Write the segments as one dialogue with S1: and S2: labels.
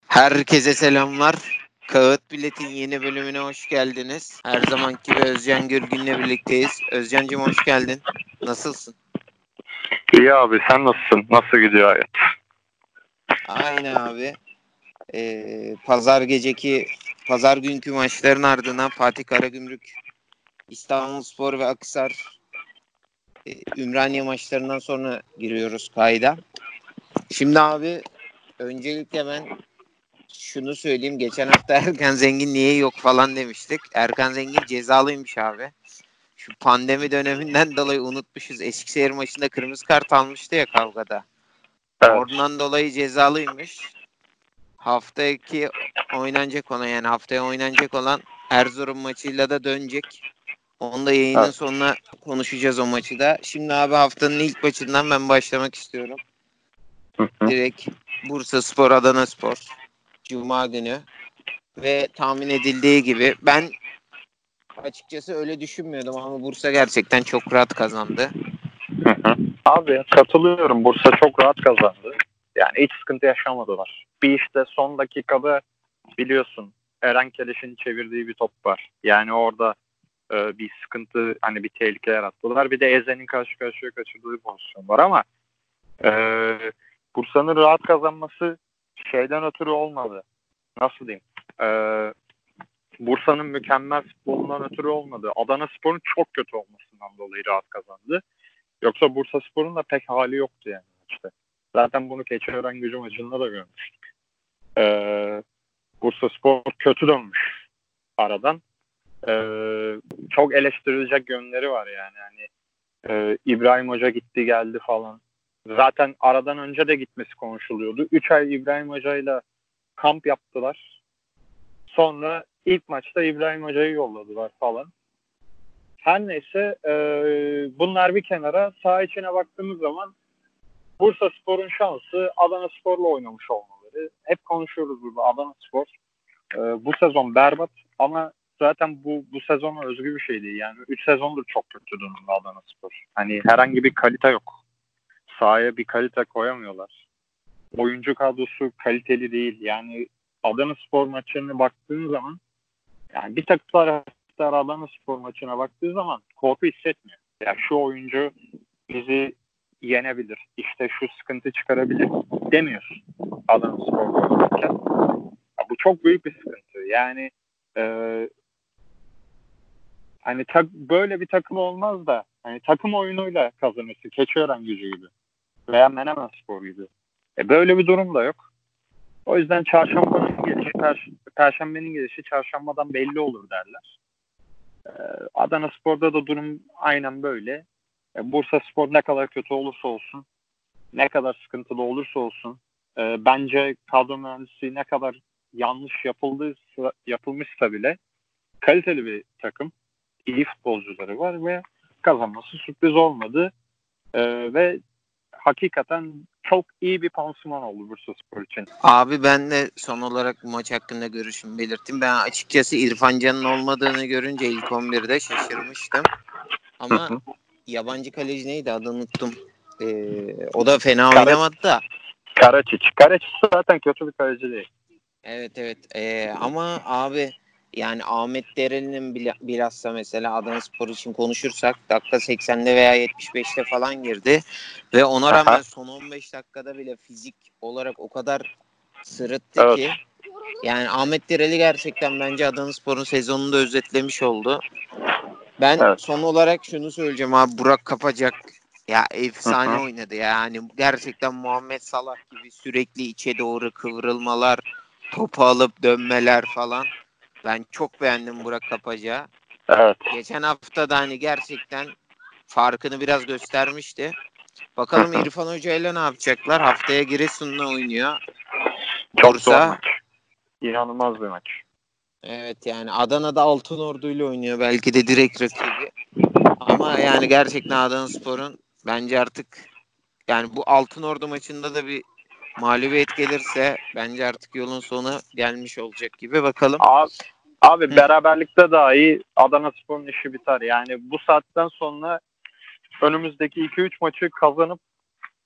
S1: Herkese selamlar. Kağıt Bilet'in yeni bölümüne hoş geldiniz. Her zamanki gibi Özcan Gürgün'le birlikteyiz. Özcan'cığım hoş geldin. Nasılsın?
S2: İyi abi, sen nasılsın? Nasıl gidiyor hayat?
S1: Aynen abi. Pazar günkü maçların ardından Fatih Karagümrük, İstanbulspor ve Akhisar Ümraniye maçlarından sonra giriyoruz kayda. Şimdi abi öncelikle ben şunu söyleyeyim. Geçen hafta Erkan Zengin niye yok falan demiştik. Erkan Zengin cezalıymış abi. Şu pandemi döneminden dolayı unutmuşuz. Eskişehir maçında kırmızı kart almıştı ya kavgada.
S2: Evet.
S1: Oradan dolayı cezalıymış. Haftaya oynanacak olan Erzurum maçıyla da dönecek. Onu da yayının
S2: Evet.
S1: sonuna konuşacağız o maçı da. Şimdi abi haftanın ilk maçından ben başlamak istiyorum.
S2: Hı hı.
S1: Direkt Bursaspor Adanaspor. Cuma günü. Ve tahmin edildiği gibi ben açıkçası öyle düşünmüyordum ama Bursa gerçekten çok rahat kazandı.
S2: Hı hı. Abi katılıyorum. Bursa çok rahat kazandı. Yani hiç sıkıntı yaşamadılar. Bir işte son dakikada biliyorsun Eren Keleş'in çevirdiği bir top var. Yani orada bir sıkıntı, hani bir tehlike yarattılar. Bir de Eze'nin karşı karşıya kaçırdığı bir pozisyon var ama e, Bursa'nın rahat kazanması şeyden ötürü olmadı. Nasıl diyeyim? E, Bursa'nın mükemmel futbolundan ötürü olmadı. Adanaspor'un çok kötü olmasından dolayı rahat kazandı. Yoksa Bursaspor'un da pek hali yoktu yani maçta. Zaten bunu Keçiören-Gücü maçında da görmüştük. Bursaspor kötü dönmüş aradan. Çok eleştirilecek yönleri var yani. İbrahim Hoca gitti geldi falan. Zaten aradan önce de gitmesi konuşuluyordu. 3 ay İbrahim Hoca'yla kamp yaptılar. Sonra ilk maçta İbrahim Hoca'yı yolladılar falan. Her neyse bunlar bir kenara, saha içine baktığımız zaman Bursaspor'un şansı Adanaspor'la oynamış olmaları. Hep konuşuyoruz burada, Adanaspor bu sezon berbat ama zaten bu sezona özgü bir şey değil. Yani 3 sezondur çok kötü durumda Adanaspor. Hani herhangi bir kalite yok. Sahaya bir kalite koyamıyorlar. Oyuncu kadrosu kaliteli değil. Yani Adanaspor maçlarına baktığın zaman, yani bir takım taraftar Adanaspor maçına baktığı zaman korku hissetmiyor. Ya şu oyuncu bizi yenebilir, İşte şu sıkıntı çıkarabilir demiyorsun Adanaspor'da oynarken. Bu çok büyük bir sıkıntı. Yani hani böyle bir takım olmaz da hani takım oyunuyla kazanırsın. Keçiören-Gücü gibi veya Menemenspor gibi. Böyle bir durum da yok. O yüzden Perşembenin gelişi çarşambadan belli olur derler. Adanaspor'da da durum aynen böyle. Bursaspor ne kadar kötü olursa olsun, ne kadar sıkıntılı olursa olsun, bence kadro mühendisliği ne kadar yanlış yapılmışsa bile kaliteli bir takım, iyi futbolcuları var ve kazanması sürpriz olmadı. Ve hakikaten çok iyi bir pansuman oldu Bursaspor için.
S1: Abi ben de son olarak bu maç hakkında görüşümü belirttim. Ben açıkçası İrfan Can'ın olmadığını görünce ilk 11'de şaşırmıştım. Ama yabancı kaleci neydi, adını unuttum. O da fena oynamadı da.
S2: Karaçiç zaten kötü bir kaleci değil.
S1: Evet. Ama abi yani Ahmet Dereli'nin bilhassa mesela Adanaspor için konuşursak dakika 80'de veya 75'te falan girdi. Ve ona rağmen son 15 dakikada bile fizik olarak o kadar sırıttı ki. Yani Ahmet Dereli gerçekten bence Adanaspor'un sezonunu da özetlemiş oldu. Ben son olarak şunu söyleyeceğim abi, Burak Kapacak ya efsane oynadı yani, gerçekten Muhammed Salah gibi sürekli içe doğru kıvrılmalar, topu alıp dönmeler falan. Ben çok beğendim Burak Kapacak'ı.
S2: Evet.
S1: Geçen hafta da hani gerçekten farkını biraz göstermişti. Bakalım İrfan Hoca ile ne yapacaklar? Haftaya Giresun'la oynuyor.
S2: Çok
S1: Bursa.
S2: zor maç. İnanılmaz bir maç.
S1: Evet yani Adana'da Altınordu ile oynuyor, belki de direkt rakibi. Ama yani gerçekten Adanaspor'un bence artık yani bu Altınordu maçında da bir mağlubiyet gelirse bence artık yolun sonu gelmiş olacak gibi, bakalım.
S2: Abi beraberlikte dahi Adanaspor'un işi biter. Yani bu saatten sonra önümüzdeki 2-3 maçı kazanıp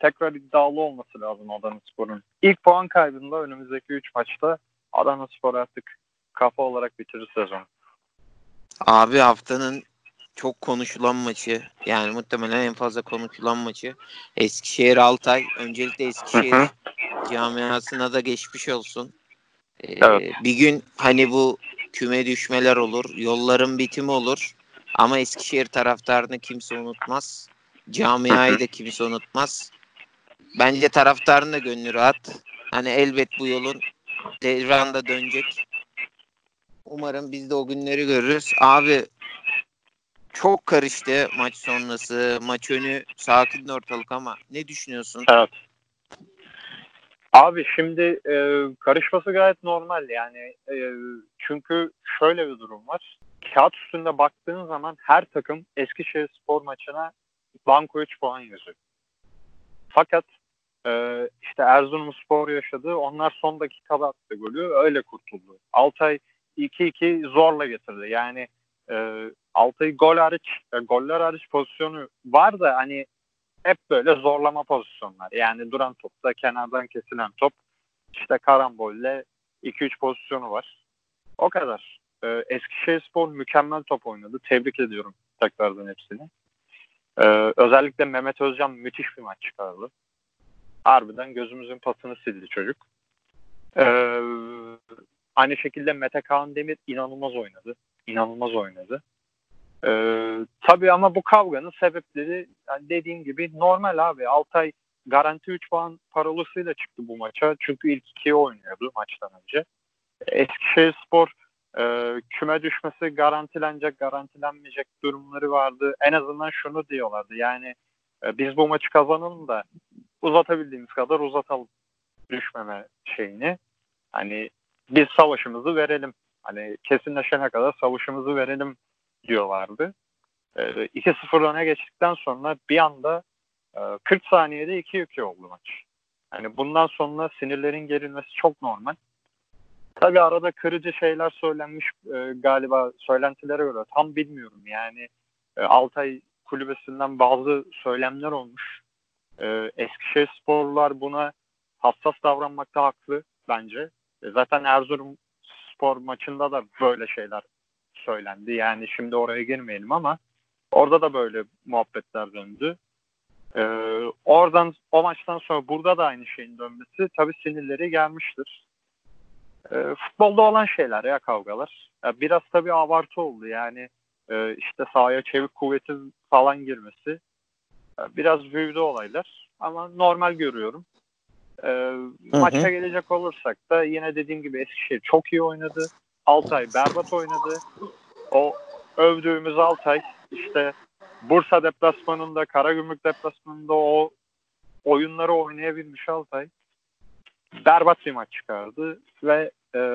S2: tekrar iddialı olması lazım Adanaspor'un. İlk puan kaybında önümüzdeki 3 maçta Adanaspor artık kafa olarak bitirir sezonu.
S1: Abi haftanın çok konuşulan maçı, yani muhtemelen en fazla konuşulan maçı Eskişehir Altay. Öncelikle Eskişehir camiasına da geçmiş olsun.
S2: Evet.
S1: Bir gün hani bu küme düşmeler olur, yolların bitimi olur ama Eskişehir taraftarını kimse unutmaz. Camiayı da kimse unutmaz. Bence taraftarın da gönlü rahat. Hani elbet bu yolun devranda dönecek. Umarım biz de o günleri görürüz. Abi çok karıştı maç sonrası, maç önü sakin ortalık ama ne düşünüyorsun?
S2: Evet. Abi şimdi karışması gayet normal yani. Çünkü şöyle bir durum var. Kağıt üstünde baktığın zaman her takım Eskişehirspor maçına banko 3 puan yazıyor. Fakat işte Erzurumspor yaşadı. Onlar son dakikada attı golü. Öyle kurtuldu. Altay 2-2 zorla getirdi. Yani Altay goller hariç pozisyonu var da hani hep böyle zorlama pozisyonlar. Yani duran topta kenardan kesilen top, işte karambolle 2-3 pozisyonu var. O kadar. Eskişehirspor mükemmel top oynadı. Tebrik ediyorum tekrardan hepsini. Özellikle Mehmet Özcan müthiş bir maç çıkardı. Harbiden gözümüzün pasını sildi çocuk. Aynı şekilde Mete Kaan Demir inanılmaz oynadı. İnanılmaz oynadı. Tabii ama bu kavganın sebepleri yani dediğim gibi normal abi. Altay garanti 3 puan parolasıyla çıktı bu maça. Çünkü ilk ikiye oynuyordu maçtan önce. Eskişehirspor küme düşmesi garantilenecek, garantilenmeyecek durumları vardı. En azından şunu diyorlardı. Yani biz bu maçı kazanalım da uzatabildiğimiz kadar uzatalım düşmeme şeyini. Hani biz savaşımızı verelim. Hani kesinleşene kadar savaşımızı verelim diyorlardı. 2-0 öne geçtikten sonra bir anda 40 saniyede 2-2 oldu maç. Yani bundan sonra sinirlerin gerilmesi çok normal. Tabii arada kırıcı şeyler söylenmiş galiba söylentilere göre tam bilmiyorum. Yani Altay kulübesinden bazı söylemler olmuş. Eskişehirsporlular buna hassas davranmakta haklı bence. Zaten Erzurumspor maçında da böyle şeyler söylendi. Yani şimdi oraya girmeyelim ama orada da böyle muhabbetler döndü. Oradan o maçtan sonra burada da aynı şeyin dönmesi tabii sinirleri gelmiştir. Futbolda olan şeyler ya kavgalar. Ya biraz tabii abartı oldu yani işte sahaya çevik kuvvetin falan girmesi. Biraz büyüdü olaylar ama normal görüyorum. Maça gelecek olursak da yine dediğim gibi Eskişehir çok iyi oynadı. Altay berbat oynadı. O övdüğümüz Altay işte Bursa deplasmanında, Karagümrük deplasmanında o oyunları oynayabilmiş Altay berbat bir maç çıkardı ve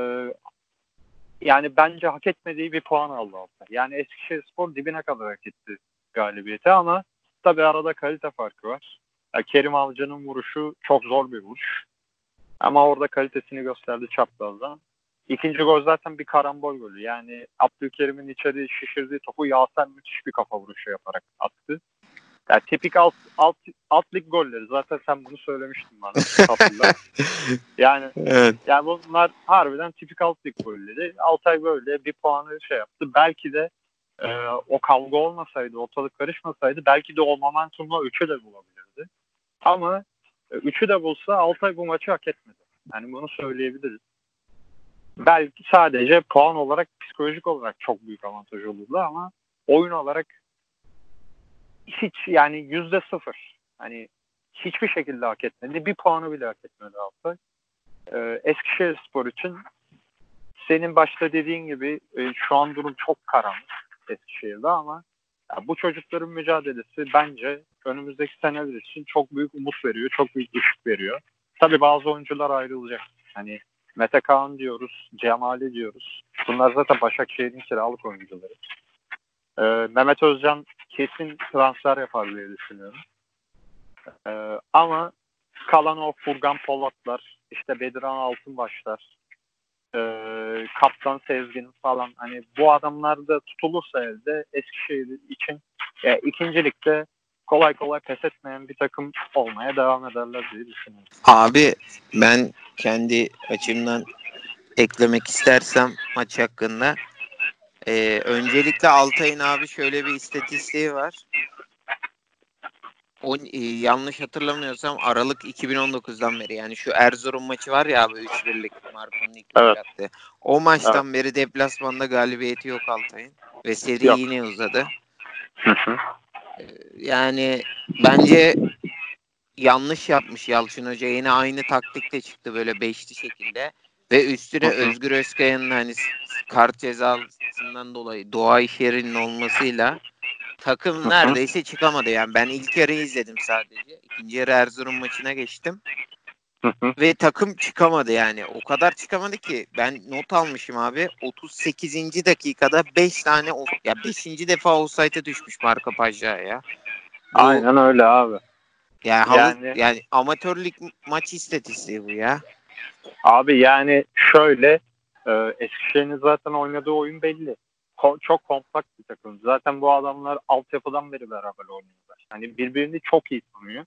S2: yani bence hak etmediği bir puan aldı Altay. Yani Eskişehirspor dibine kadar hak etti galibiyeti ama tabii arada kalite farkı var. Yani Kerim Avcı'nın vuruşu çok zor bir vuruş. Ama orada kalitesini gösterdi çaprazdan. İkinci gol zaten bir karambol golü. Yani Abdülkerim'in içeri şişirdiği topu Yaser müthiş bir kafa vuruşu yaparak attı. Yani tipik alt lig golleri. Zaten sen bunu söylemiştin bana. Hatırla. Yani
S1: Evet.
S2: yani bunlar harbiden tipik alt lig golleri. Altay böyle bir puanı şey yaptı. Belki de o kavga olmasaydı, ortalık karışmasaydı belki de o momentumla 3'ü de bulabilirdi. Ama 3'ü de bulsa Altay bu maçı hak etmedi. Yani bunu söyleyebiliriz. Belki sadece puan olarak, psikolojik olarak çok büyük avantaj olurdu ama oyun olarak hiç yani %0. Hani hiçbir şekilde hak etmedi. Bir puanı bile hak etmedi Altay. Eskişehirspor için senin başta dediğin gibi şu an durum çok karanlık Eskişehir'de ama ya bu çocukların mücadelesi bence önümüzdeki seneler için çok büyük umut veriyor, çok büyük ışık veriyor. Tabii bazı oyuncular ayrılacak. Hani Mete Kaan diyoruz, Cemali diyoruz. Bunlar zaten Başakşehir'in kiralık oyuncuları. Mehmet Özcan kesin transfer yapar diye düşünüyorum. Ama kalan o Furkan Polatlar, işte Bedirhan Altınbaşlar, Kaptan Sezgin falan hani bu adamlar da tutulursa elde Eskişehir için ikincilikte kolay kolay pes etmeyen bir takım olmaya devam ederler diye düşünüyorum.
S1: Abi ben kendi açımdan eklemek istersem maç hakkında. Öncelikle Altay'ın abi şöyle bir istatistiği var. Yanlış hatırlamıyorsam Aralık 2019'dan beri, yani şu Erzurum maçı var ya abi, 3-1'lik Marco'nun ilk gol
S2: Evet.
S1: attı. O maçtan beri deplasmanda galibiyeti yok Altay'ın ve seri
S2: Yok.
S1: yine uzadı.
S2: Hı hı.
S1: Yani bence yanlış yapmış Yalçın Hoca. Yine aynı taktikle çıktı, böyle beşli şekilde. Ve üstüne Özgür Özkaya'nın hani kart cezasından dolayı Doğa İşyer'in olmasıyla takım neredeyse çıkamadı. Yani ben ilk yarıyı izledim sadece. İkinci yarı Erzurum maçına geçtim. Ve takım çıkamadı yani. O kadar çıkamadı ki ben not almışım abi. 38. dakikada 5 tane ya 5. defa offside'e düşmüş Marco Pajaya. Bu
S2: Aynen öyle abi.
S1: yani amatör lig maç istatistiği bu ya.
S2: Abi yani şöyle Eskişehir'in zaten oynadığı oyun belli. Çok kompakt bir takım. Zaten bu adamlar altyapıdan beri beraber oynuyorlar. Hani birbirini çok iyi tanıyor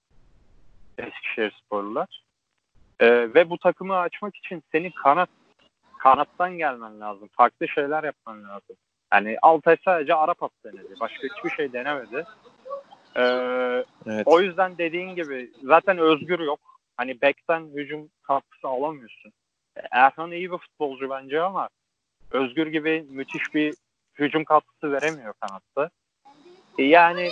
S2: Eskişehirsporlular. Ve bu takımı açmak için senin kanattan gelmen lazım. Farklı şeyler yapman lazım. Yani Altay sadece Arap at denedi. Başka hiçbir şey denemedi.
S1: Evet.
S2: O yüzden dediğin gibi zaten Özgür yok. Hani bekten hücum katkısı alamıyorsun. Erhan iyi bir futbolcu bence ama Özgür gibi müthiş bir hücum katkısı veremiyor kanatta. Yani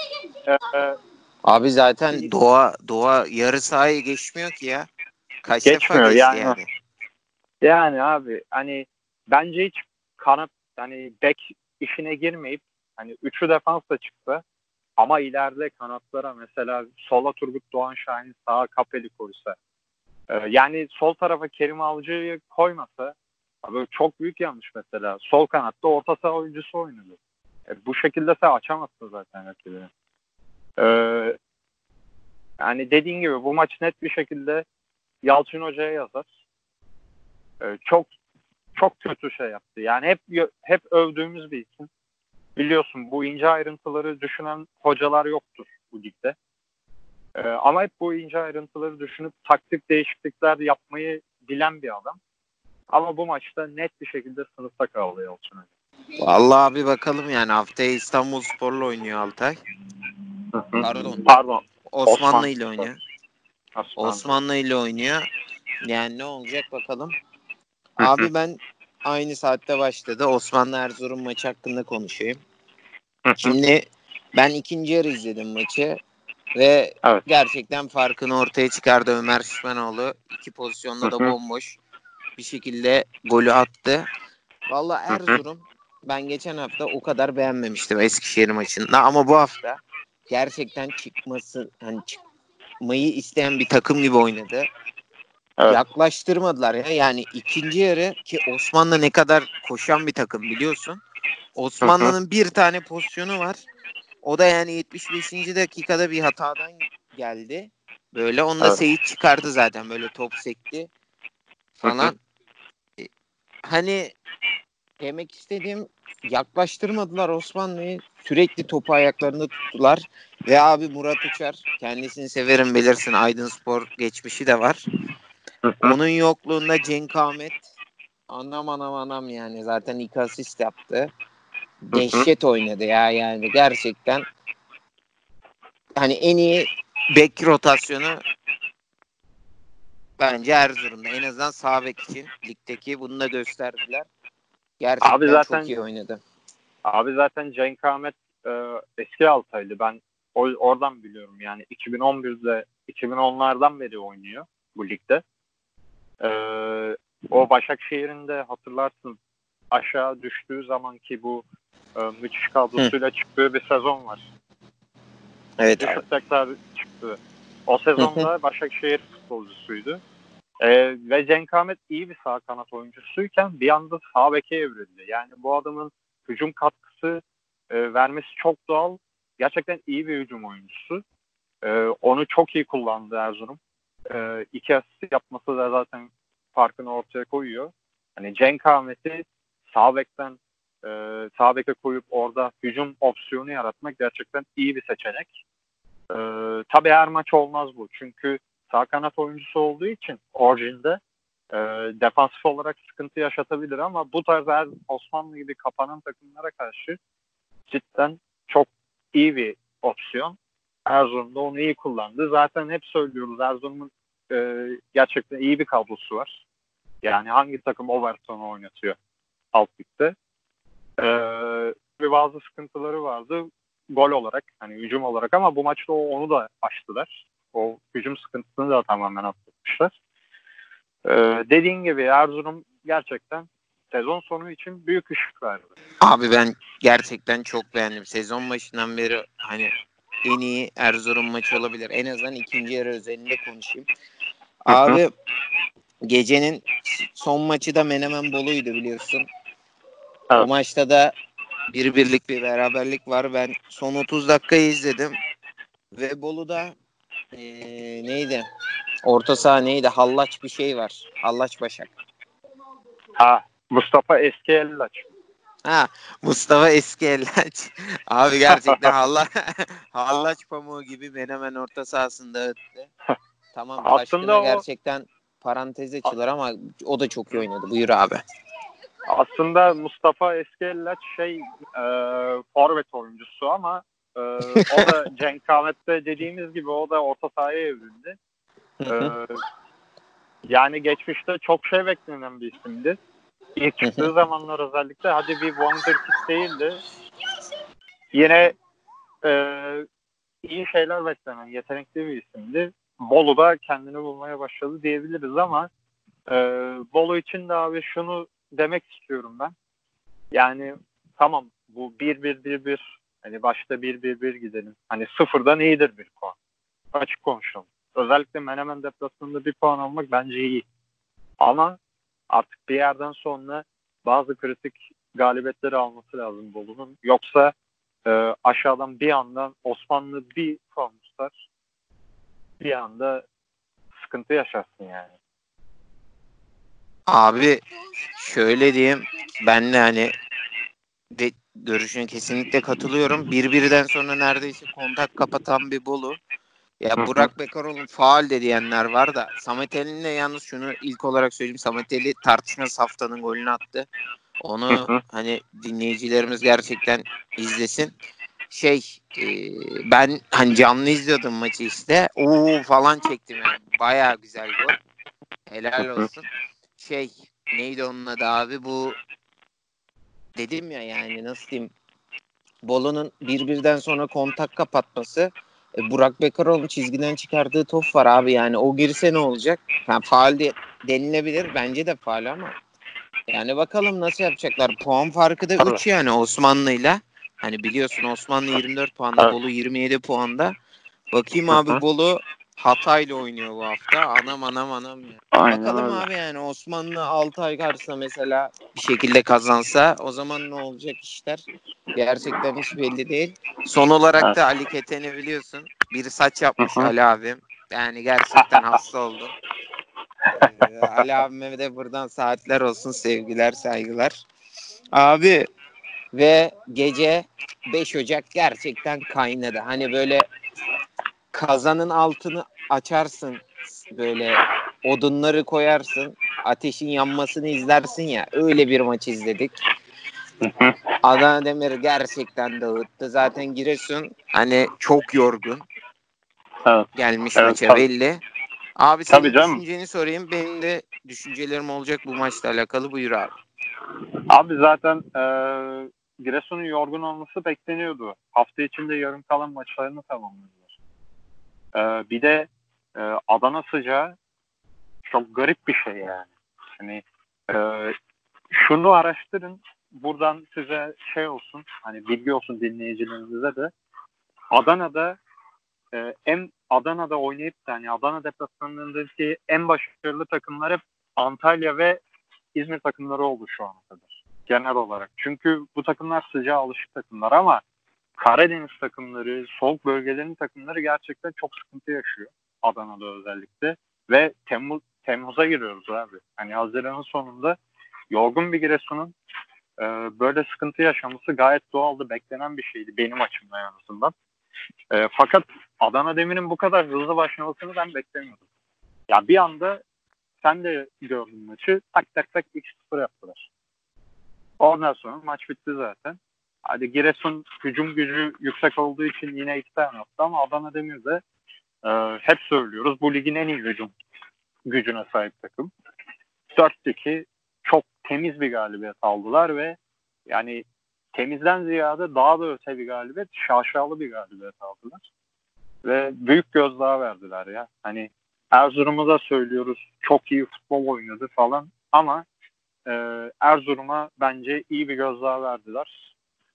S1: Abi zaten Doğa yarı sahayı geçmiyor ki ya. Kaç defa
S2: geçmiyor
S1: geçti
S2: yani.
S1: yani.
S2: Yani abi hani bence hiç kanat hani bek işine girmeyip hani üçü defansla çıktı ama ileride kanatlara mesela sola Turgut Doğan Şahin, sağa Kapeli koysa, yani sol tarafa Kerim Avcı'yı koymasa abi çok büyük yanlış mesela. Sol kanatta orta saha oyuncusu oynadı. Bu şekilde sen açamazsın zaten rakibini. Yani dediğin gibi bu maç net bir şekilde Yalçın Hoca'ya yazar. Çok çok kötü şey yaptı. Yani hep övdüğümüz bir isim. Biliyorsun bu ince ayrıntıları düşünen hocalar yoktur bu ligde. Ama hep bu ince ayrıntıları düşünüp taktik değişiklikler yapmayı bilen bir adam. Ama bu maçta net bir şekilde sınıfta kaldı Yalçın Hoca.
S1: Vallahi abi bakalım, yani haftaya İstanbulspor'la oynuyor Altay.
S2: Pardon.
S1: Osmanlı ile oynuyor.
S2: Osmanlı.
S1: Osmanlı ile oynuyor. Yani ne olacak bakalım. Abi ben aynı saatte başladı. Osmanlı Erzurum maçı hakkında konuşayım. Şimdi ben ikinci yarı izledim maçı ve
S2: Evet.
S1: gerçekten farkını ortaya çıkardı Ömer Şişmanoğlu. İki pozisyonda da bomboş bir şekilde golü attı. Vallahi Erzurum, ben geçen hafta o kadar beğenmemiştim Eskişehir maçında ama bu hafta gerçekten çıkmayı isteyen bir takım gibi oynadı.
S2: Evet.
S1: Yaklaştırmadılar ya. Yani ikinci yarı, ki Osmanlı ne kadar koşan bir takım biliyorsun. Osmanlı'nın bir tane pozisyonu var. O da yani 75. dakikada bir hatadan geldi. Böyle onu da Seyit çıkardı zaten. Böyle top sekti falan. Hani demek istediğim, yaklaştırmadılar Osmanlı'yı. Sürekli topu ayaklarında tuttular. Ve abi Murat Uçar, kendisini severim bilirsin. Aydınspor geçmişi de var. Onun yokluğunda Cenk Ahmet, anam yani zaten ilk asist yaptı. Dehşet oynadı ya, yani gerçekten. Hani en iyi bek rotasyonu bence Erzurum'da. En azından sağ bek için ligdeki, bunu da gösterdiler. Gerçekten çok iyi oynadı.
S2: Abi zaten Cenk Ahmet eski Altaylı. Ben oradan biliyorum yani 2011'de 2010'lardan beri oynuyor bu ligde. O Başakşehir'in de hatırlarsın aşağı düştüğü zamanki bu müthiş kadrosuyla çıktığı bir sezon var.
S1: Evet
S2: Düşüp
S1: abi.
S2: tekrar çıktı. O sezonda Başakşehir futbolcusuydu. Ve Cenk Ahmet iyi bir sağ kanat oyuncusuyken bir anda sağ beke evrildi. Yani bu adamın hücum katkısı vermesi çok doğal. Gerçekten iyi bir hücum oyuncusu. Onu çok iyi kullandı Erzurum. 2 asist yapması da zaten farkını ortaya koyuyor. Hani Cenk Ahmet'i sağ bekten sağ beke koyup orada hücum opsiyonu yaratmak gerçekten iyi bir seçenek. Tabii her maç olmaz bu. Çünkü sağ kanat oyuncusu olduğu için orijinde defansif olarak sıkıntı yaşatabilir ama bu tarz Osmanlı gibi kapanan takımlara karşı cidden çok iyi bir opsiyon. Erzurum da onu iyi kullandı. Zaten hep söylüyoruz Erzurum'un gerçekten iyi bir kadrosu var. Yani hangi takım Overton'u oynatıyor alt ligde. Ve bazı sıkıntıları vardı gol olarak, hani hücum olarak ama bu maçta onu da aştılar. O hücum sıkıntısını da tamamen atlatmışlar. Dediğin gibi Erzurum gerçekten sezon sonu için büyük ışık verdi.
S1: Abi ben gerçekten çok beğendim. Sezon başından beri hani en iyi Erzurum maçı olabilir. En azından ikinci yarı özelinde konuşayım. Abi gecenin son maçı da Menemen Bolu'ydu biliyorsun.
S2: Evet.
S1: O maçta da bir birlik bir beraberlik var. Ben son 30 dakikayı izledim. Ve Bolu'da neydi? Orta saha neydi? Hallaç bir şey var. Hallaç Başak.
S2: Mustafa Eskiellaç.
S1: Mustafa Eskiellaç. Abi gerçekten hallaç pamuğu gibi Menemen orta sahasında öttü. Tamam Taşkın'a
S2: Aslında o
S1: gerçekten parantez açılır ama o da çok iyi oynadı. Buyur abi.
S2: Aslında Mustafa Eskiellaç forvet oyuncusu ama o da Cenk Ahmet'te dediğimiz gibi o da orta sahaya evrildi. Yani geçmişte çok şey beklenen bir isimdi. İlk çıktığı zamanlar özellikle hadi bir wonderkid değildi. Yine iyi şeyler beklenen yetenekli bir isimdi. Bolu'da kendini bulmaya başladı diyebiliriz ama Bolu için de abi şunu demek istiyorum ben. Yani tamam bu 1-1-1-1 hani başta 1-1-1 gidelim. Hani sıfırdan iyidir bir puan. Açık konuşalım. Özellikle Menemen deplasmanında bir puan almak bence iyi. Ama artık bir yerden sonra bazı kritik galibiyetleri alması lazım Bolu'nun. Yoksa aşağıdan bir anda Osmanlı bir puan tutar. Bir anda sıkıntı yaşarsın yani.
S1: Abi şöyle diyeyim. Ben de hani görüşüne kesinlikle katılıyorum. 1-1'den sonra neredeyse kontak kapatan bir Bolu. Ya Burak Bekaroğlu'nun faul de diyenler var da Samet Ali'nin de yalnız şunu ilk olarak söyleyeyim. Samet Ali tartışmasız haftanın golünü attı. Onu hani dinleyicilerimiz gerçekten izlesin. Ben hani canlı izliyordum maçı işte. Falan çektim yani. Bayağı güzel gol. Helal olsun. Neydi onun adı abi? Bu dedim ya yani nasıl diyeyim? Bolu'nun 1-1'den sonra kontak kapatması. Burak Bekaroğlu'nun çizgiden çıkardığı top var abi yani o girse ne olacak? Faul denilebilir. Bence de faul ama yani bakalım nasıl yapacaklar. Puan farkı da 3 yani Osmanlı'yla. Hani biliyorsun Osmanlı 24 puanda, Bolu 27 puanda. Bakayım abi Bolu Hatay'la oynuyor bu hafta. Anam ya.
S2: Aynen
S1: Bakalım
S2: öyle.
S1: abi yani Osmanlı Altay karşısında mesela bir şekilde kazansa o zaman ne olacak işler? Gerçekten hiç belli değil. Son olarak da Ali Keten'i biliyorsun. Bir saç yapmış Ali abim. Yani gerçekten hasta oldum. Ali abime de buradan saatler olsun sevgiler saygılar. Abi ve gece 5 Ocak gerçekten kaynadı. Hani böyle kazanın altını açarsın böyle odunları koyarsın ateşin yanmasını izlersin ya öyle bir maç izledik. Adana Demir gerçekten dağıttı. Zaten Giresun hani çok yorgun gelmiş maça belli. Abi senin düşünceni sorayım. Benim de düşüncelerim olacak bu maçla alakalı. Buyur abi.
S2: Abi zaten Giresun'un yorgun olması bekleniyordu. Hafta içinde yarım kalan maçlarını tamamladılar. Bir de Adana sıcağı çok garip bir şey yani. Hani şunu araştırın. Buradan size şey olsun, hani bilgi olsun dinleyicilerinize de. Adana'da oynayıp da hani Adana deplasmanlarındaki en başarılı takımlar hep Antalya ve İzmir takımları oldu şu ana kadar. Genel olarak. Çünkü bu takımlar sıcağa alışık takımlar ama Karadeniz takımları, soğuk bölgelerin takımları gerçekten çok sıkıntı yaşıyor. Adana'da özellikle. Ve Temmuz'a giriyoruz abi. Hani Haziran'ın sonunda yorgun bir Giresun'un böyle sıkıntı yaşaması gayet doğaldı. Beklenen bir şeydi benim açımdan en azından. Fakat Adana Demir'in bu kadar hızlı başlamasını ben beklemiyordum. Ya bir anda sen de gördün maçı. Tak tak tak 2-0 yaptılar. Ondan sonra maç bitti zaten. Hadi Giresun hücum gücü yüksek olduğu için yine 2 tane attı ama Adana Demir de hep söylüyoruz bu ligin en iyi hücum gücüne sahip takım. 4-2 çok temiz bir galibiyet aldılar ve yani temizden ziyade daha da öte bir galibiyet, şaşalı bir galibiyet aldılar. Ve büyük gözdağı verdiler ya. Hani Erzurum'a da söylüyoruz çok iyi futbol oynadı falan ama Erzurum'a bence iyi bir gözdağı verdiler.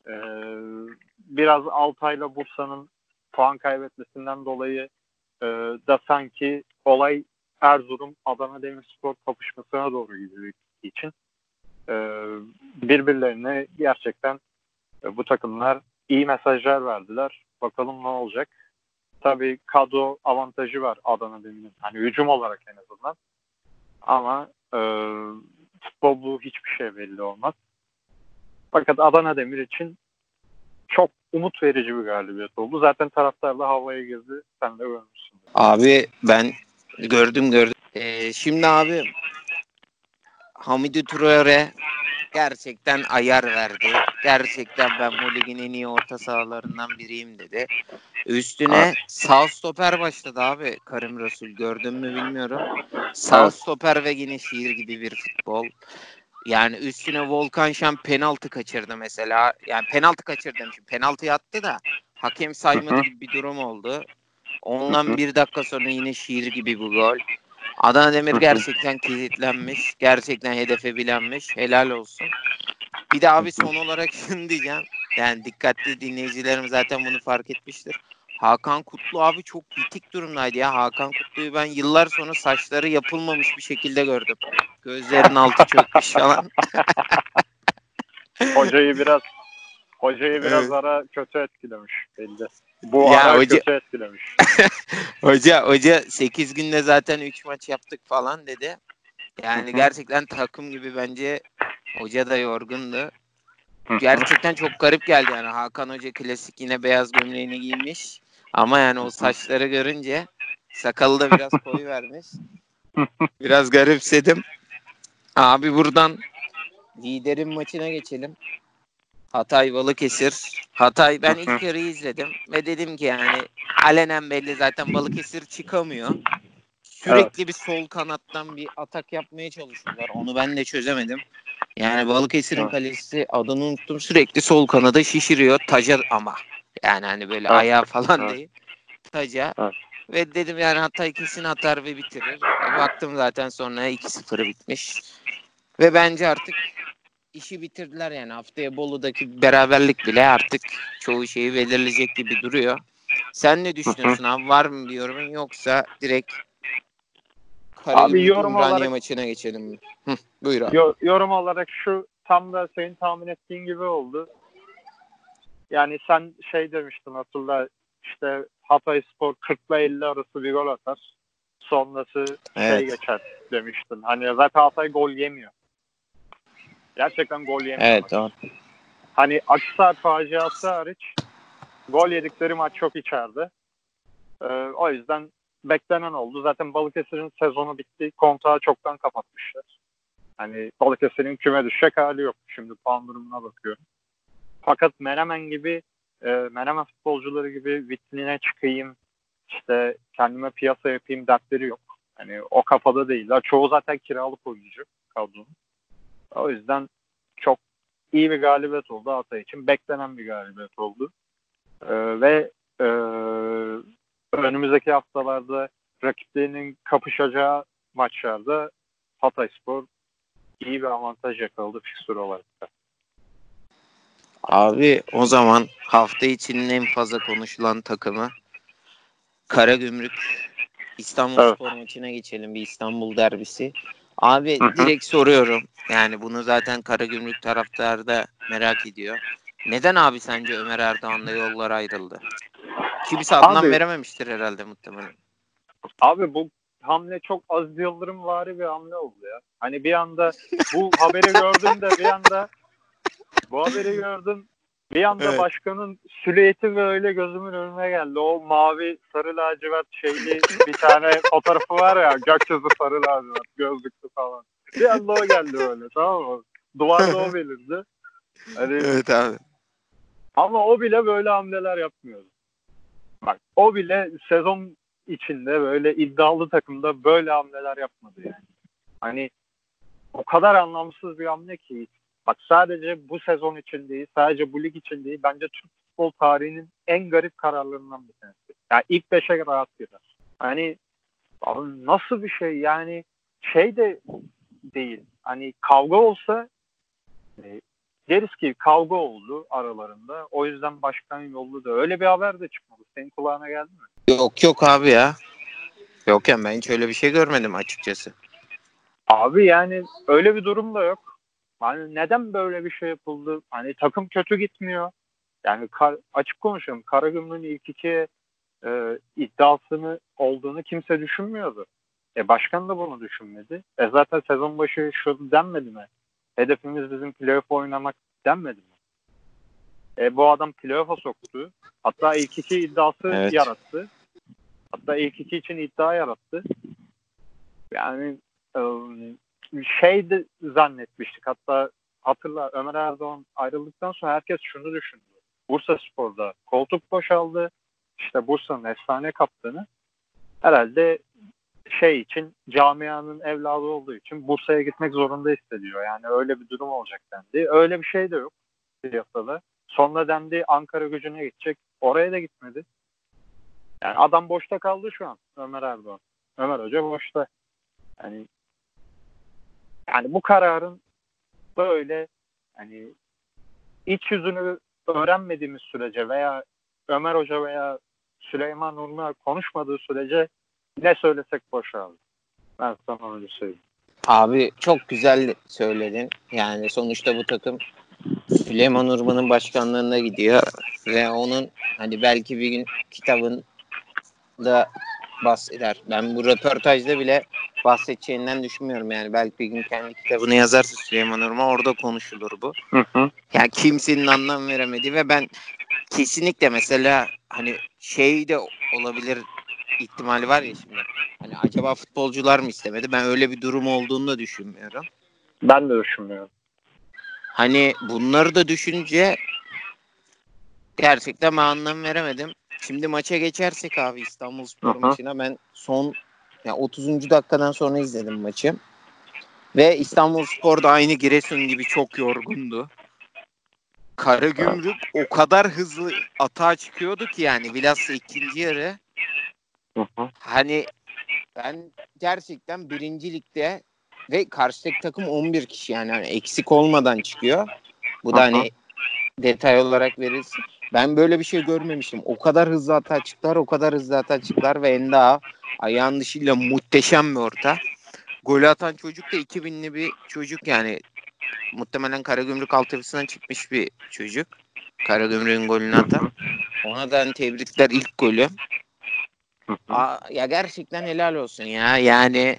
S2: Biraz Altay'la Bursa'nın puan kaybetmesinden dolayı da sanki olay Erzurum Adana Demirspor kapışmasına doğru gidiyor için birbirlerine gerçekten bu takımlar iyi mesajlar verdiler. Bakalım ne olacak. Tabii kadro avantajı var Adana Demir'in. Hani hücum olarak en azından. Ama futbol bu hiçbir şey belli olmaz. Fakat Adana Demir için çok umut verici bir galibiyet oldu. Zaten taraftar da havaya girdi. Sen de görmüşsün.
S1: Abi ben gördüm. Şimdi abi Hamidou Traoré gerçekten ayar verdi. Gerçekten ben bu ligin en iyi orta sahalarından biriyim dedi. Üstüne sağ stoper başladı abi Karim Resul. Gördün mü bilmiyorum. Sağ stoper ve yine şiir gibi bir futbol. Yani üstüne Volkan Şen penaltı kaçırdı mesela. Yani penaltı kaçırdı demişim. Penaltı attı da hakem saymadı gibi bir durum oldu. Ondan bir dakika sonra yine şiir gibi bu gol. Adana Demir gerçekten kilitlenmiş. Gerçekten hedefe bilenmiş. Helal olsun. Bir de abi son olarak şunu diyeceğim. Yani dikkatli dinleyicilerim zaten bunu fark etmiştir. Hakan Kutlu abi çok bitik durumdaydı ya. Hakan Kutlu'yu ben yıllar sonra saçları yapılmamış bir şekilde gördüm. Gözlerin altı çökmüş falan.
S2: Hocayı biraz
S1: Evet.
S2: ara kötü etkilemiş belli. Bu
S1: Ya
S2: ara
S1: hoca
S2: kötü etkilemiş.
S1: hoca 8 günde zaten 3 maç yaptık falan dedi. Yani gerçekten takım gibi bence hoca da yorgundu. Gerçekten çok garip geldi yani. Hakan Hoca klasik yine beyaz gömleğini giymiş. Ama yani o saçları görünce sakalı da biraz koyu vermiş. Biraz garipsedim. Abi buradan liderin maçına geçelim. Hatay Balıkesir. Hatay ben ilk yarıyı izledim ve dedim ki yani alenen belli zaten Balıkesir çıkamıyor. Sürekli bir sol kanattan bir atak yapmaya çalışıyorlar. Onu ben de çözemedim. Yani Balıkesir'in kalesi adını unuttum. Sürekli sol kanada şişiriyor. Taca ama. Yani hani böyle ayağı falan değil. Taca. Ve dedim yani Hatay kesin atar ve bitirir. Baktım zaten sonra 2-0 bitmiş. Ve bence artık işi bitirdiler yani. Haftaya Bolu'daki beraberlik bile artık çoğu şeyi belirleyecek gibi duruyor. Sen ne düşünüyorsun abi? Var mı bir yorumun yoksa direkt
S2: Abi
S1: Karagümrük
S2: yorum
S1: Ümraniye
S2: olarak
S1: maçına geçelim mi? Buyur abi.
S2: yorum olarak şu tam da senin tahmin ettiğin gibi oldu. Yani sen şey demiştin hatırla işte Hatayspor 40 ile 50 arası bir gol atar. Sonrası
S1: Evet.
S2: geçer demiştin. Hani zaten Hatay gol yemiyor. Gerçekten gol yemiyorlar.
S1: Evet doğru.
S2: Hani Akhisar faciası hariç gol yedikleri maç çok içeride. O yüzden beklenen oldu. Zaten Balıkesir'in sezonu bitti. Kontağı çoktan kapatmışlar. Hani Balıkesir'in küme düşecek hali yok. Şimdi puan durumuna bakıyorum. Fakat Menemen futbolcuları gibi vitrine çıkayım, işte kendime piyasa yapayım dertleri yok. Hani o kafada değiller. Çoğu zaten kiralık oyuncu kadronun. O yüzden çok iyi bir galibiyet oldu Hatay için. Beklenen bir galibiyet oldu. Ve önümüzdeki haftalarda rakiplerinin kapışacağı maçlarda Hatayspor iyi bir avantaj yakaladı fikstür olarak da.
S1: Abi o zaman hafta içinin en fazla konuşulan takımı Karagümrük İstanbulspor maçına geçelim. Bir İstanbul derbisi. Abi direkt soruyorum. Yani bunu zaten Karagümrük taraftarı da merak ediyor. Neden abi sence Ömer Erdoğan'la yollar ayrıldı? Kimse Adnan
S2: Abi,
S1: verememiştir herhalde muhtemelen.
S2: abi bu hamle çok Aziz Yıldırımvari bir hamle oldu ya. Hani bir anda bu haberi gördüm de bir anda bu haberi gördüm. Bir anda
S1: Evet.
S2: başkanın silüeti böyle gözümün önüne geldi. O mavi sarı lacivert şeyli bir tane fotoğrafı var ya, gökyüzü sarı lacivert gözlüklü falan. Bir anda o geldi böyle, tamam mı? Duvarda o belirdi. Hani,
S1: Evet abi.
S2: ama o bile böyle hamleler yapmıyordu. Bak, o bile sezon içinde böyle iddialı takımda böyle hamleler yapmadı yani. Hani o kadar anlamsız bir hamle ki. Bak, sadece bu sezon için değil, sadece bu lig için değil, bence Türk futbol tarihinin en garip kararlarından bir tanesi. Yani ilk 5'e rahat girer. Hani abi nasıl bir şey yani, şey de değil. Hani kavga olsa deriz ki kavga oldu aralarında. O yüzden başkan yolladı. Öyle bir haber de çıkmadı. Senin kulağına geldi mi?
S1: Yok abi ya. Yok ya, ben hiç öyle bir şey görmedim açıkçası.
S2: Abi yani öyle bir durum da yok. Hani neden böyle bir şey yapıldı? Hani takım kötü gitmiyor. Yani açık konuşalım. Karagümrük'ün ilk iki iddiasını olduğunu kimse düşünmüyordu. Başkan da bunu düşünmedi. Zaten sezon başı şu denmedi mi? Hedefimiz bizim playoff oynamak denmedi mi? Bu adam playoff'a soktu. Hatta ilk iki iddiası
S1: Evet.
S2: yarattı. Hatta ilk iki için iddia yarattı. Yani şey de zannetmiştik. Hatta hatırla, Ömer Erdoğan ayrıldıktan sonra herkes şunu düşündü. Bursaspor'da koltuk boşaldı. İşte Bursa'nın efsane kaptanı herhalde şey için, camianın evladı olduğu için Bursa'ya gitmek zorunda hissediyor. Yani öyle bir durum olacak dendi. Öyle bir şey de yok piyasada. Sonra dendi Ankara Gücü'ne gidecek. Oraya da gitmedi. Yani adam boşta kaldı şu an, Ömer Erdoğan. Ömer Hoca boşta. Yani bu kararın böyle, hani iç yüzünü öğrenmediğimiz sürece veya Ömer Hoca veya Süleyman Nurma konuşmadığı sürece ne söylesek boş abi. Ben sana öyle söyleyeyim.
S1: Abi çok güzel söyledin. Yani sonuçta bu takım Süleyman Urban'ın başkanlığında gidiyor ve onun hani belki bir gün kitabında bahseder. Ben bu röportajda bile bahsedeceğinden düşünmüyorum yani. Belki bir gün kendi kitabını yazarsa Süleyman Urban, orada konuşulur bu.
S2: Hı hı.
S1: Yani kimsenin anlam veremediği ve ben kesinlikle mesela hani şey de olabilir ihtimali var ya şimdi. Hani acaba futbolcular mı istemedi? Ben öyle bir durum olduğunu da düşünmüyorum.
S2: Ben de düşünmüyorum.
S1: Hani bunları da düşünce gerçekten ben anlam veremedim. Şimdi maça geçersek abi,
S2: Hı
S1: İstanbulspor
S2: hı.
S1: maçına ben son 30. dakikadan sonra izledim maçı. Ve İstanbulspor da aynı Giresun gibi çok yorgundu. Karagümrük o kadar hızlı atağa çıkıyordu ki yani bilhassa ikinci yarı.
S2: Hı hı.
S1: Hani ben gerçekten birinci ligde ve karşıdaki takım 11 kişi yani hani eksik olmadan çıkıyor. Bu
S2: Hı
S1: da
S2: hı.
S1: hani detay olarak verilsin. Ben böyle bir şey görmemiştim. O kadar hızlı atağa çıktılar, o kadar hızlı atağa çıktılar ve Enda ayağın dışıyla muhteşem bir orta. Golü atan çocuk da 2000'li bir çocuk yani. Muhtemelen Karagümrük altyapısından çıkmış bir çocuk. Karagümrük'ün golünü atan. Ona da hani tebrikler, ilk golü.
S2: Hı hı.
S1: Ya gerçekten helal olsun ya. Yani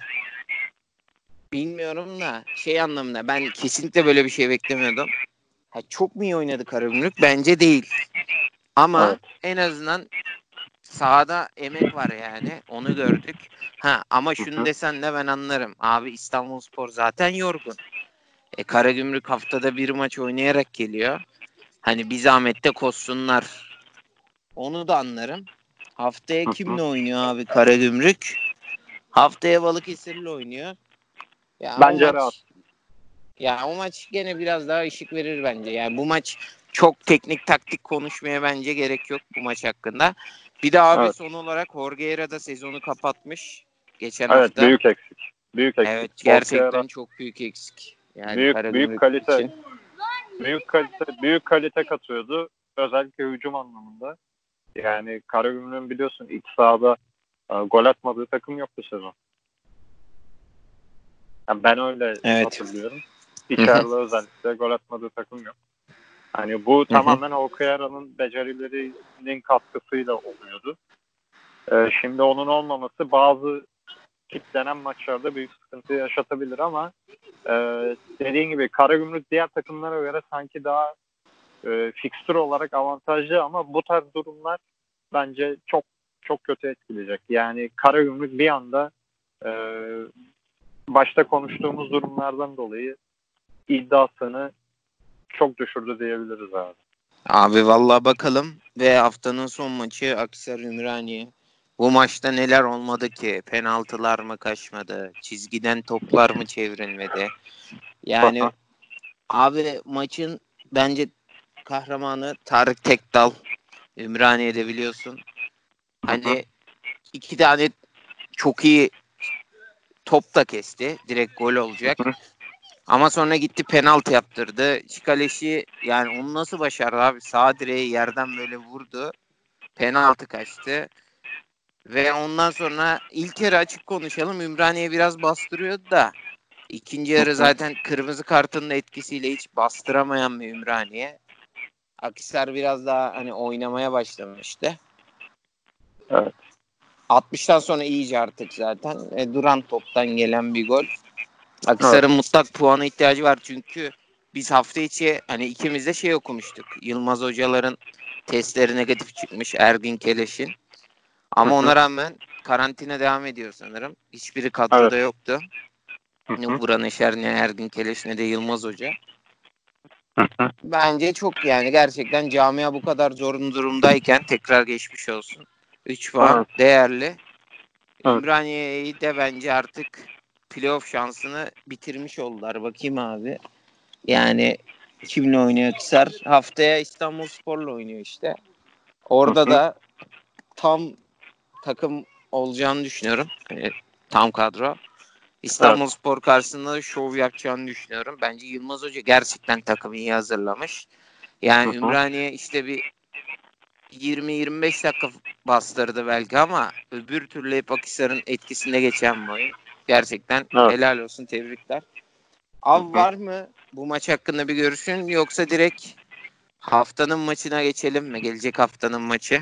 S1: bilmiyorum da şey anlamında ben kesinlikle böyle bir şey beklemiyordum. Çok mu iyi oynadı Karagümrük? Bence değil. Ama
S2: Evet.
S1: en azından sahada emek var yani. Onu gördük. Ama
S2: Hı
S1: şunu
S2: hı.
S1: desen de ben anlarım. Abi İstanbulspor zaten yorgun. Karagümrük haftada bir maç oynayarak geliyor. Hani bir zahmet de koşsunlar. Onu da anlarım. Haftaya
S2: Hı hı.
S1: kimle oynuyor abi Karagümrük? Haftaya Balıkesir'le oynuyor. Ya o
S2: Bence rahat.
S1: maç o maç gene biraz daha ışık verir bence. Yani bu maç çok teknik taktik konuşmaya bence gerek yok bu maç hakkında. Bir de abi
S2: Evet.
S1: son olarak Jorge da sezonu kapatmış geçen
S2: Evet,
S1: hafta.
S2: büyük eksik. Büyük eksik.
S1: Evet,
S2: Orkera
S1: gerçekten çok büyük eksik. Yani
S2: büyük
S1: Karagümrük
S2: kalite
S1: için.
S2: büyük kalite katıyordu. Özellikle hücum anlamında. Yani Karagümrük'ün biliyorsun iç sahada gol atmadığı takım yok bu sezon. Yani ben öyle
S1: Evet.
S2: hatırlıyorum.
S1: Hı hı.
S2: İçeride özellikle gol atmadığı takım yok. Hani bu
S1: Hı hı.
S2: tamamen Orkera'nın becerilerinin katkısıyla oluyordu. Şimdi onun olmaması bazı kitlenen maçlarda büyük sıkıntı yaşatabilir ama dediğin gibi Karagümrük diğer takımlara göre sanki daha fikstür olarak avantajlı ama bu tarz durumlar bence çok çok kötü etkileyecek. Yani Karagümrük bir anda e, başta konuştuğumuz durumlardan dolayı iddiasını çok düşürdü diyebiliriz abi.
S1: Abi vallahi bakalım ve haftanın son maçı Akhisar Ümraniye. Bu maçta neler olmadı ki? Penaltılar mı kaçmadı? Çizgiden toplar mı çevrilmedi? Yani abi maçın bence kahramanı Tarık Tekdal. Ümraniye'de biliyorsun. Hani iki tane çok iyi top da kesti. Direkt gol olacak. Ama sonra gitti penaltı yaptırdı. Çikaleşi yani onu nasıl başardı abi? Sağ direği yerden böyle vurdu. Penaltı kaçtı. Ve ondan sonra ilk yarı açık konuşalım. Ümraniye biraz bastırıyordu da ikinci yarı zaten kırmızı kartının etkisiyle hiç bastıramayan bir Ümraniye. Akhisar biraz daha hani oynamaya başlamıştı.
S2: Evet.
S1: 60'tan sonra iyice artık zaten duran toptan gelen bir gol. Akhisar'ın mutlak puana ihtiyacı var çünkü biz hafta içi hani ikimiz de şey okumuştuk. Yılmaz hocaların testleri negatif çıkmış Ergin Keleş'in. Ama ona rağmen karantina devam ediyor sanırım. Hiçbiri kadroda yoktu. Ne Buran Eşer, ne Ergin Keleş, ne de Yılmaz Hoca. Bence çok yani gerçekten camia bu kadar zor durumdayken tekrar geçmiş olsun. 3 puan değerli. Ümraniye'yi de bence artık playoff şansını bitirmiş oldular. Bakayım abi. Yani kimle oynuyor Akhisar? Haftaya İstanbulspor'la oynuyor işte. Orada da tam takım olacağını düşünüyorum. Yani tam kadro. İstanbulspor karşısında şov yapacağını düşünüyorum. Bence Yılmaz Hoca gerçekten takımı iyi hazırlamış. Yani Ümraniye işte bir 20-25 dakika bastırdı belki ama öbür türlü hep Akhisar'ın etkisinde geçen bir oyun. Gerçekten helal olsun, tebrikler. Abi var mı bu maç hakkında bir görüşün yoksa direkt haftanın maçına geçelim mi? Gelecek haftanın maçı.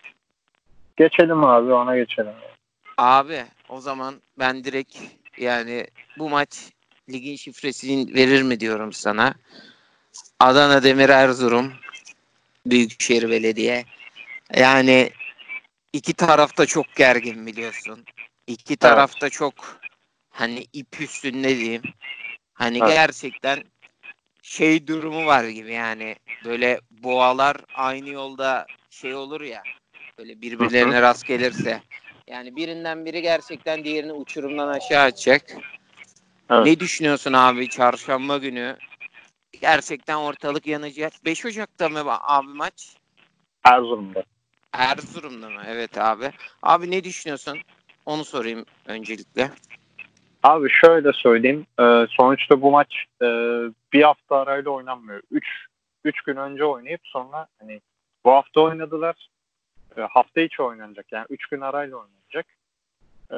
S2: Geçelim abi, ona geçelim.
S1: Abi o zaman ben direkt yani bu maç ligin şifresini verir mi diyorum sana. Adana Demir Erzurum Büyükşehir Belediye. Yani iki tarafta çok gergin biliyorsun. İki tarafta çok hani ip üstünde diyeyim. Hani gerçekten şey durumu var gibi yani böyle boğalar aynı yolda şey olur ya böyle birbirlerine rast gelirse yani birinden biri gerçekten diğerini uçurumdan aşağı atacak. Ne düşünüyorsun abi çarşamba günü? Gerçekten ortalık yanacak. 5 Ocak'ta mı abi maç?
S2: Erzurum'da.
S1: Erzurum'da mı? Evet abi. Abi ne düşünüyorsun? Onu sorayım öncelikle.
S2: Abi şöyle söyleyeyim. Sonuçta bu maç bir hafta arayla oynanmıyor. Üç gün önce oynayıp sonra hani bu hafta oynadılar. Hafta içi oynanacak. Yani 3 gün arayla oynanacak. E,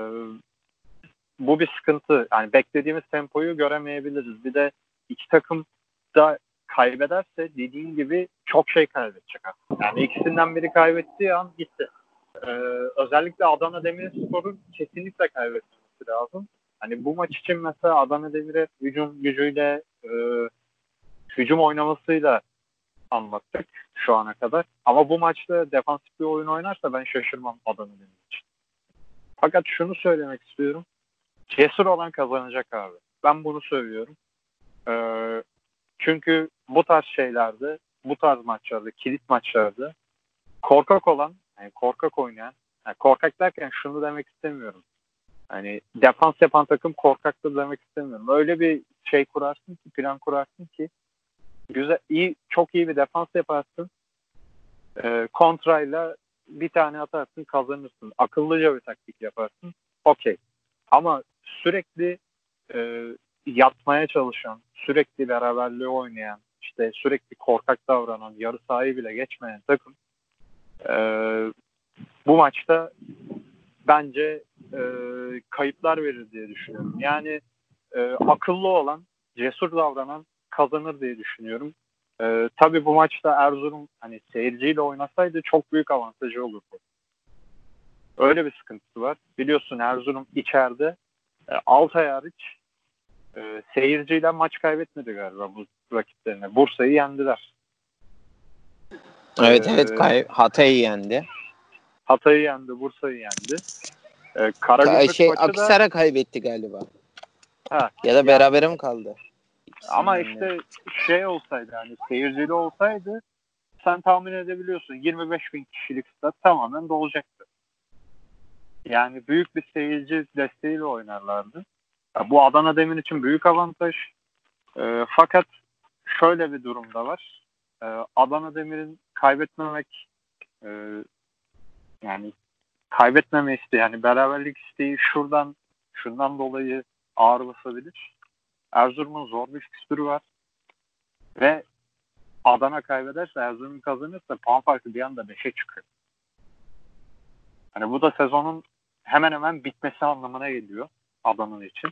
S2: Bu bir sıkıntı. Yani beklediğimiz tempoyu göremeyebiliriz. Bir de iki takım da kaybederse dediğin gibi çok şey kaybedecek aslında. Yani ikisinden biri kaybettiği an gitti. Ee, Özellikle Adana Demirspor'un kesinlikle kaybetmesi lazım. Hani bu maç için mesela Adana Demir'e hücum gücüyle, hücum oynamasıyla anlattık şu ana kadar. Ama bu maçta defansif bir oyun oynarsa ben şaşırmam Adana Demir için. Fakat şunu söylemek istiyorum. Cesur olan kazanacak abi. Ben bunu söylüyorum. Çünkü bu tarz şeylerde, bu tarz maçlarda, kilit maçlarda korkak olan, yani korkak oynayan, yani korkak derken şunu demek istemiyorum. Hani defans yapan takım korkaktır demek istemiyorum. Öyle bir şey kurarsın ki, plan kurarsın ki güzel, iyi, çok iyi bir defans yaparsın. Kontrayla bir tane atarsın, kazanırsın. Akıllıca bir taktik yaparsın. Okey. Ama sürekli e, yatmaya çalışan, sürekli beraberliği oynayan, işte sürekli korkak davranan, yarı sahayı bile geçmeyen takım e, bu maçta bence kayıplar verir diye düşünüyorum. Yani akıllı olan, cesur davranan kazanır diye düşünüyorum. Tabii bu maçta Erzurum hani seyirciyle oynasaydı çok büyük avantajı olurdu. Öyle bir sıkıntısı var. Biliyorsun Erzurum içeride Altay hariç seyirciyle maç kaybetmedi galiba bu rakiplerine. Bursa'yı yendiler.
S1: Evet evet, Hatay'ı yendi.
S2: Hatay'ı yendi, Bursa'yı yendi. Karagümrük maçı da
S1: Akhisar'a kaybetti galiba.
S2: ha,
S1: Ya da berabere mi kaldı?
S2: ama
S1: İkisinden
S2: işte şey olsaydı, hani seyircili olsaydı sen tahmin edebiliyorsun, 25 bin kişilik stat tamamen dolacaktı. Yani büyük bir seyirci desteğiyle oynarlardı. Ya bu Adana Demir için büyük avantaj. Fakat şöyle bir durum da var. Adana Demir'in kaybetmemek, e, yani kaybetmeme isteği, yani beraberlik isteği şundan dolayı ağır basabilir. Erzurum'un zor bir fikstürü var ve Adana kaybederse, Erzurum kazanırsa puan farkı bir anda 5'e çıkıyor. Hani bu da sezonun hemen hemen bitmesi anlamına geliyor Adana için.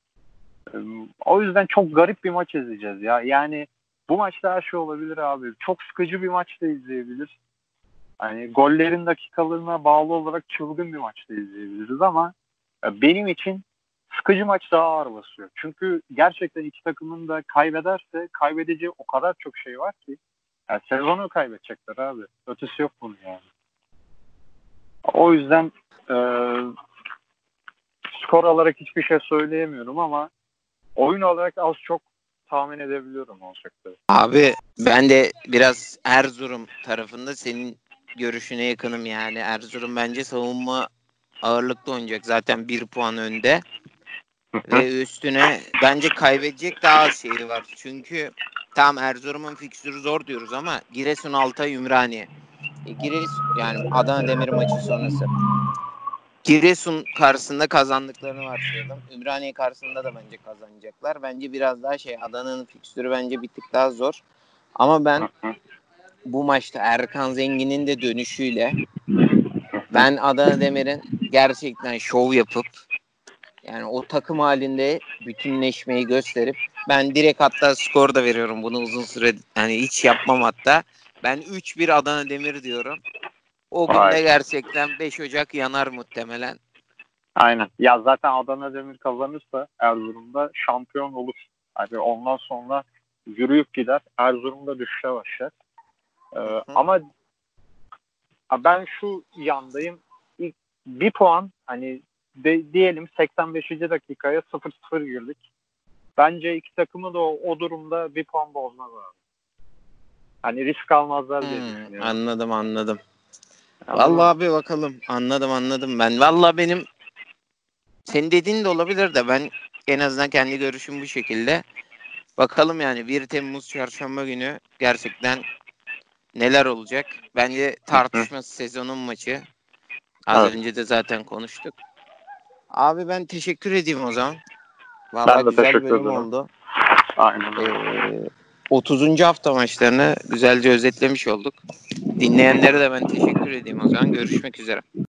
S2: O yüzden çok garip bir maç izleyeceğiz ya. Yani bu maçta her şey olabilir abi. Çok sıkıcı bir maç da izleyebilir. Hani gollerin dakikalarına bağlı olarak çılgın bir maç da izleyebiliriz ama benim için sıkıcı maç daha ağır basıyor. Çünkü gerçekten iki takımın da kaybederse kaybedeceği o kadar çok şey var ki. Yani sezonu kaybedecekler abi. Ötesi yok bunun yani. O yüzden e, skor olarak hiçbir şey söyleyemiyorum ama oyun olarak az çok tahmin edebiliyorum olacakları.
S1: Abi ben de biraz Erzurum tarafında, senin görüşüne yakınım yani. Erzurum bence savunma ağırlıklı oynayacak. Zaten 1 puan önde. Ve üstüne bence kaybedecek daha az şeyi var. Çünkü tam Erzurum'un fikstürü zor diyoruz ama Giresun, Altay, Ümraniye. Yani Adana Demir maçı sonrası. Giresun karşısında kazandıklarını varsayalım. Ümraniye karşısında da bence kazanacaklar. Bence biraz daha Adana'nın fikstürü bence bir tık daha zor. Ama ben bu maçta Erkan Zengin'in de dönüşüyle ben Adana Demir'in gerçekten şov yapıp, yani o takım halinde bütünleşmeyi gösterip, ben direkt hatta skor da veriyorum. Bunu uzun süre hani hiç yapmam hatta. Ben 3-1 Adana Demir diyorum. O gün
S2: Vay.
S1: de gerçekten 5 Ocak yanar muhtemelen.
S2: Aynen. Ya zaten Adana Demir kazanırsa Erzurum'da şampiyon olur. Hani ondan sonra yürüyüp gider. Erzurum'da düşüşe başlar. Ama ben şu yandayım. İlk bir puan, hani diyelim 85. dakikaya 0-0 girdik. Bence iki takımı da o durumda bir puan bozmaz abi. Hani risk almazlar diye düşünüyorum.
S1: Anladım.
S2: Anladın
S1: Vallahi
S2: mı?
S1: abi bakalım. Anladım ben. Vallahi benim, senin dediğin de olabilir de, ben en azından kendi görüşüm bu şekilde. Bakalım yani 1 Temmuz Çarşamba günü gerçekten neler olacak? Bence tartışması sezonun maçı. Az
S2: Evet.
S1: önce de zaten konuştuk. Abi ben teşekkür edeyim o zaman. Vallahi
S2: Ben de
S1: güzel
S2: teşekkür
S1: bölüm
S2: ederim.
S1: oldu.
S2: Aynen.
S1: 30. hafta maçlarını güzelce özetlemiş olduk. Dinleyenlere de ben teşekkür edeyim o zaman. Görüşmek üzere.